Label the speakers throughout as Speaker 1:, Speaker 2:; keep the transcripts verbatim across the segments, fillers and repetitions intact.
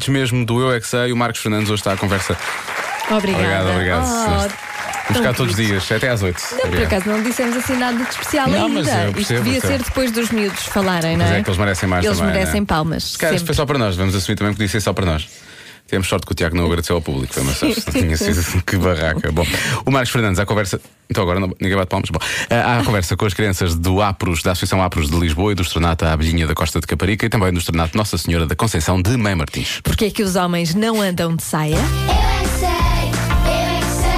Speaker 1: Antes mesmo do Eu É Que Sei, o Marcos Fernandes hoje está à conversa.
Speaker 2: Obrigada.
Speaker 1: Obrigado, obrigado.
Speaker 2: Oh,
Speaker 1: Vamos cá todos os dias, até às oito.
Speaker 2: Não, por acaso não dissemos assim nada de especial
Speaker 1: Não,
Speaker 2: ainda.
Speaker 1: mas eu percebo,
Speaker 2: Isto devia
Speaker 1: percebo.
Speaker 2: ser depois dos miúdos falarem, não
Speaker 1: Mas
Speaker 2: é?
Speaker 1: é que eles merecem mais
Speaker 2: Eles
Speaker 1: também.
Speaker 2: merecem
Speaker 1: não é?
Speaker 2: palmas.
Speaker 1: Se calhar
Speaker 2: sempre.
Speaker 1: foi só para nós, vamos assumir também que podia ser só para nós. Temos sorte que o Tiago não agradeceu ao público. Foi uma sorte. Tinha sido assim, que barraca. Bom, o Marcos Fernandes, à conversa. Então agora não, ninguém bate palmas. Bom, à conversa com as crianças do APROS, da Associação APROS de Lisboa e do Estrenato à Abelhinha da Costa de Caparica e também do Estrenato Nossa Senhora da Conceição de Mãe Martins.
Speaker 2: Porquê é que os homens não andam de saia?
Speaker 3: Eu é que sei, eu é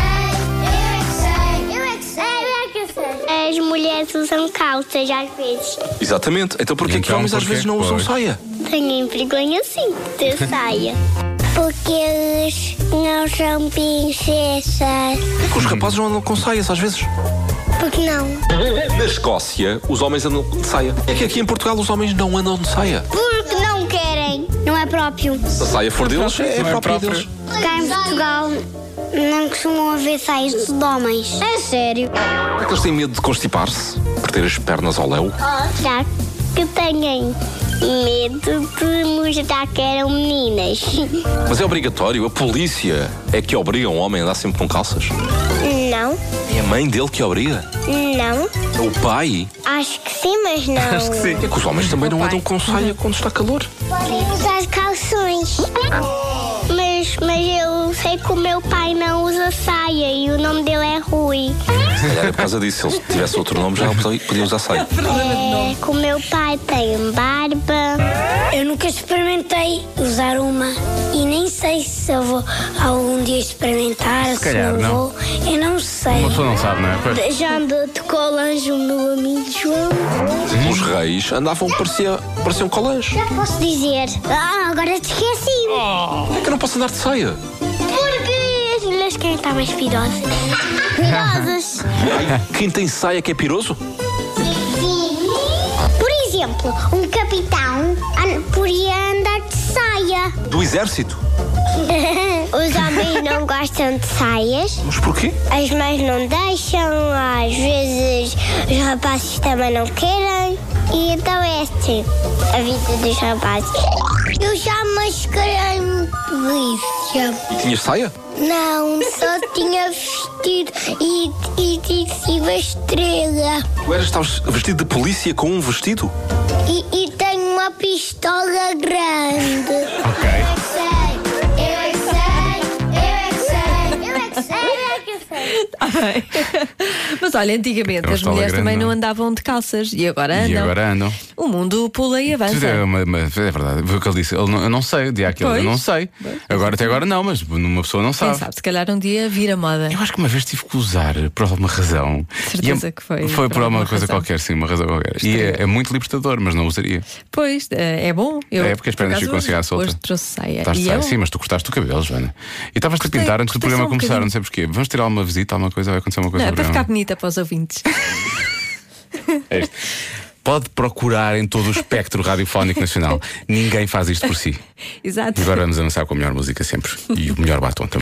Speaker 3: que sei, eu é que sei, eu é que sei, eu é que sei. As mulheres usam calças às vezes.
Speaker 4: Exatamente. Então porquê que
Speaker 1: Então,
Speaker 4: homens às
Speaker 1: porquê?
Speaker 4: vezes não usam
Speaker 1: Pois.
Speaker 4: saia?
Speaker 3: Tenho vergonha sim de ter saia. Porque eles não são princesas.
Speaker 4: É que os rapazes não andam com saias às vezes.
Speaker 3: Porque não?
Speaker 4: Na Escócia, os homens andam de saia. É que aqui em Portugal os homens não andam de saia.
Speaker 3: Porque não querem. Não é próprio.
Speaker 4: Se a saia for deles, é
Speaker 1: Não é
Speaker 4: própria
Speaker 1: própria.
Speaker 4: deles.
Speaker 3: Cá em Portugal não costumam haver saias de homens. É sério?
Speaker 4: É que eles têm medo de constipar-se, perder as pernas ao léu.
Speaker 3: Será que têm medo de mostrar que eram meninas?
Speaker 4: Mas é obrigatório, a polícia é que obriga um homem a andar sempre com calças.
Speaker 3: Não,
Speaker 4: É a mãe dele que obriga.
Speaker 3: não.
Speaker 4: É o pai.
Speaker 3: Acho que sim, mas não.
Speaker 4: É que os homens também não
Speaker 2: pai.
Speaker 4: andam com saia quando está calor.
Speaker 3: Podem usar calções. Mas, mas eu sei que o meu pai não usa saia e o nome dele é Rui.
Speaker 4: Se calhar é por causa disso. Se ele tivesse outro nome, já podia podia usar saia.
Speaker 3: É que o meu pai tem barba.
Speaker 5: Eu nunca experimentei usar uma e nem sei se eu vou algum dia experimentar, se,
Speaker 1: calhar
Speaker 5: não,
Speaker 1: não.
Speaker 5: vou. Eu não sei.
Speaker 1: Uma pessoa não sabe, não é? Pois.
Speaker 3: Já andou de colange o meu amigo João.
Speaker 4: Os reis andavam, parecia, pareciam colãs.
Speaker 3: Já posso dizer. Ah, agora te esqueci.
Speaker 4: É que eu não posso andar de saia.
Speaker 3: Porque as mulheres querem estar mais pirosas. Pirosas.
Speaker 4: Quem tem saia que é piroso?
Speaker 3: Sim. Por exemplo, um capitão an- podia andar de saia.
Speaker 4: Do exército.
Speaker 3: Os homens não gostam de saias.
Speaker 4: Mas porquê?
Speaker 3: As mães não deixam, às vezes os rapazes também não querem. E então é assim a vida dos rapazes. Eu já mascarei muito isso. já.
Speaker 4: Tinhas saia?
Speaker 3: Não, só tinha vestido e, e tive uma estrela.
Speaker 4: Tu eras, estavas vestido de polícia com um vestido?
Speaker 3: E, e tenho uma pistola grande.
Speaker 1: Ok.
Speaker 3: Eu é que sei, eu é que sei, eu é que sei, eu é que sei.
Speaker 2: Tá bem. Mas olha, antigamente
Speaker 1: É uma
Speaker 2: as
Speaker 1: pistola
Speaker 2: mulheres
Speaker 1: grande,
Speaker 2: também
Speaker 1: não?
Speaker 2: não andavam de calças e agora andam.
Speaker 1: E agora andam.
Speaker 2: O mundo pula e avança.
Speaker 1: É, uma- uma- é verdade, foi o que ele disse. Ele não- eu não sei, o dia aquele, eu
Speaker 2: Pois.
Speaker 1: não sei. Agora, até agora não, mas uma pessoa não
Speaker 2: Quem
Speaker 1: sabe.
Speaker 2: sabe, se calhar um dia vira moda.
Speaker 1: Eu acho que uma vez tive que usar por alguma razão.
Speaker 2: Certeza
Speaker 1: E é-
Speaker 2: que foi
Speaker 1: Foi
Speaker 2: por
Speaker 1: por alguma
Speaker 2: alguma
Speaker 1: coisa
Speaker 2: razão.
Speaker 1: qualquer, sim, uma razão qualquer. E é, é muito libertador, mas não usaria.
Speaker 2: Pois, é é bom. Eu,
Speaker 1: É, porque as pernas
Speaker 2: por acaso,
Speaker 1: ficam assim à
Speaker 2: hoje-
Speaker 1: solta.
Speaker 2: Hoje trouxe saia.
Speaker 1: Estás de
Speaker 2: E
Speaker 1: saia,
Speaker 2: eu-
Speaker 1: sim, mas tu cortaste o cabelo, Joana. E estavas-te a
Speaker 2: Cortei-
Speaker 1: pintar antes do
Speaker 2: cortei
Speaker 1: programa
Speaker 2: só um
Speaker 1: começar,
Speaker 2: bocadinho.
Speaker 1: não sei porquê. Vamos tirar uma visita, alguma coisa, vai acontecer uma coisa
Speaker 2: Não, é
Speaker 1: no
Speaker 2: para
Speaker 1: programa.
Speaker 2: ficar bonita para os ouvintes.
Speaker 1: É isto. Pode procurar em todo o espectro radiofónico nacional. Ninguém faz isto por si.
Speaker 2: Exato.
Speaker 1: E agora vamos avançar com a melhor música sempre. E o melhor batom também.